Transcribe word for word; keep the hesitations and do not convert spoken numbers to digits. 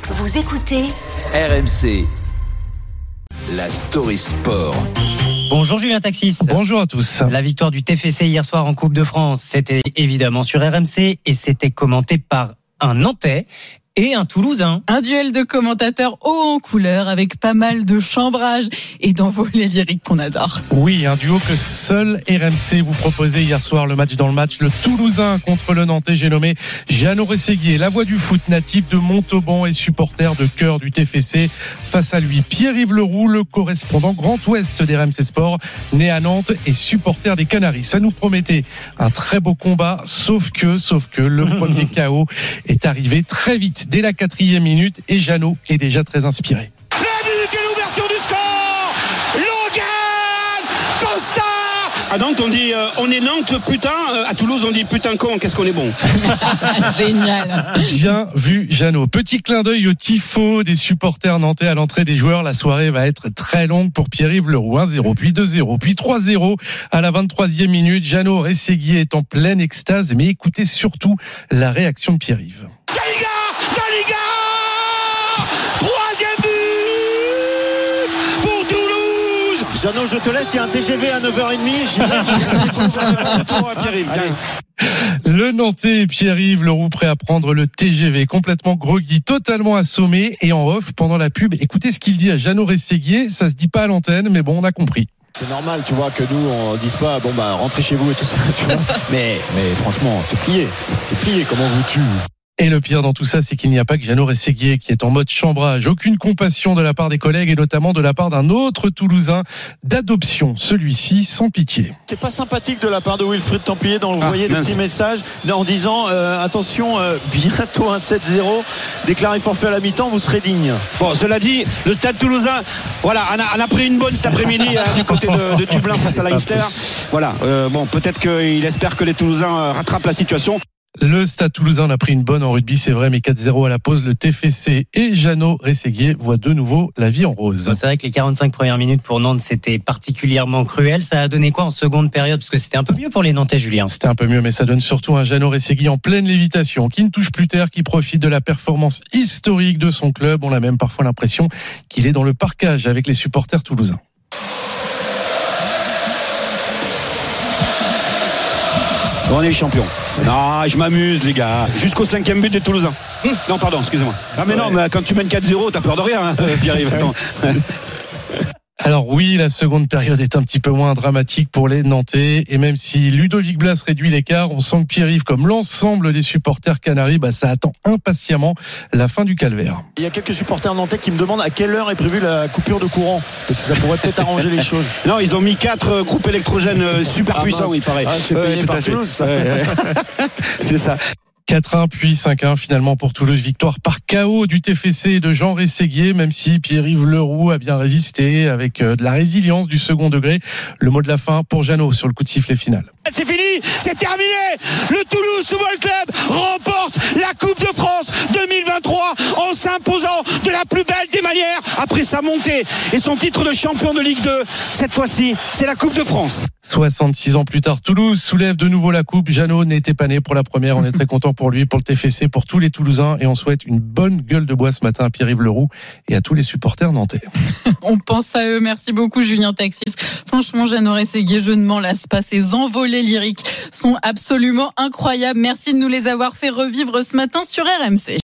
Vous écoutez R M C, la story sport. Bonjour Julien Taxis. Bonjour à tous. La victoire du T F C hier soir en Coupe de France, c'était évidemment sur R M C et c'était commenté par un Nantais et un Toulousain. Un duel de commentateurs haut en couleur avec pas mal de chambrage et d'envolées lyriques qu'on adore. Oui, un duo que seul R M C vous proposait hier soir, le match dans le match. Le Toulousain contre le Nantais, j'ai nommé Jeannot Rességuier, la voix du foot, natif de Montauban et supporter de cœur du T F C. Face à lui, Pierre-Yves Leroux, le correspondant Grand Ouest des R M C Sport, né à Nantes et supporter des Canaries. Ça nous promettait un très beau combat, sauf que, sauf que le premier K O est arrivé très vite. Dès la quatrième minute, et Jeannot est déjà très inspiré. La minute et l'ouverture du score. Logan Costa. À Nantes on dit euh, on est Nantes putain, à Toulouse on dit putain con, qu'est-ce qu'on est bon. Génial. Bien vu Jeannot. Petit clin d'œil au tifo des supporters nantais à l'entrée des joueurs. La soirée va être très longue pour Pierre-Yves Leroux. un zéro, puis deux zéro, puis trois zéro à la vingt-troisième minute. Jeannot Rességuier est en pleine extase, mais écoutez surtout la réaction de Pierre-Yves. Daliga, Daliga, troisième but pour Toulouse. Jeannot, je te laisse, il y a un T G V à neuf heures trente. Le Nantais Pierre-Yves Leroux prêt à prendre le T G V, complètement groggy, totalement assommé, et en off pendant la pub. Écoutez ce qu'il dit à Jeannot Rességuier. Ça se dit pas à l'antenne, mais bon, on a compris. C'est normal, tu vois, que nous on dise pas bon bah rentrez chez vous et tout ça, tu vois. Mais mais franchement, c'est plié, c'est plié. Comment vous tuez? Et le pire dans tout ça, c'est qu'il n'y a pas que Jeannot Rességuier qui est en mode chambrage. Aucune compassion de la part des collègues et notamment de la part d'un autre Toulousain d'adoption. Celui-ci sans pitié. C'est pas sympathique de la part de Wilfried Templier d'envoyer ah, des petits messages en disant euh, attention, euh, bientôt un sept zéro, déclaré forfait à la mi-temps, vous serez digne. Bon, cela dit, le Stade Toulousain, voilà, on a, on a pris une bonne cet après-midi hein, du côté de, de Dublin face à Leinster. Voilà, euh, bon, peut-être qu'il espère que les Toulousains rattrapent la situation. Le Stade Toulousain a pris une bonne en rugby, c'est vrai, mais quatre zéro à la pause. Le T F C et Jeannot Rességuier voient de nouveau la vie en rose. C'est vrai que les quarante-cinq premières minutes pour Nantes, c'était particulièrement cruel. Ça a donné quoi en seconde période? Parce que c'était un peu mieux pour les Nantais, Julien. C'était un peu mieux, mais ça donne surtout un Jeannot Rességuier en pleine lévitation, qui ne touche plus terre, qui profite de la performance historique de son club. On a même parfois l'impression qu'il est dans le parcage avec les supporters toulousains. On est champion. Non, je m'amuse les gars. Jusqu'au cinquième but des Toulousains. Non, pardon, excusez-moi. Ah mais non, mais quand tu mènes quatre zéro, t'as peur de rien, hein, Pierre-Yves. Attends. Alors oui, la seconde période est un petit peu moins dramatique pour les Nantais. Et même si Ludovic Blas réduit l'écart, on sent que Pierre-Yves, comme l'ensemble des supporters canaris, bah, ça attend impatiemment la fin du calvaire. Il y a quelques supporters nantais qui me demandent à quelle heure est prévue la coupure de courant. Parce que ça pourrait peut-être arranger les choses. Non, ils ont mis quatre groupes électrogènes super ah, puissants, oui, pareil. Ah, c'est payé ouais, par Toulouse, ça. Ouais, ouais. C'est ça. quatre un puis cinq un finalement pour Toulouse, victoire par K O du T F C et de Jean Rességuier, même si Pierre-Yves Leroux a bien résisté avec de la résilience du second degré. Le mot de la fin pour Jeannot sur le coup de sifflet final. C'est fini, c'est terminé. Le Toulouse Football Club remporte la Coupe de France deux mille vingt-trois en s'imposant de la plus belle des manières après sa montée et son titre de champion de Ligue deux. Cette fois-ci, c'est la Coupe de France. soixante-six ans plus tard, Toulouse soulève de nouveau la coupe. Jeannot n'était pas né pour la première. On est très content pour lui, pour le T F C, pour tous les Toulousains. Et on souhaite une bonne gueule de bois ce matin à Pierre-Yves Leroux et à tous les supporters nantais. On pense à eux. Merci beaucoup, Julien Taxis. Franchement, Jeannot Rességuier, je ne m'en lasse pas. Ces envolées lyriques sont absolument incroyables. Merci de nous les avoir fait revivre ce matin sur R M C.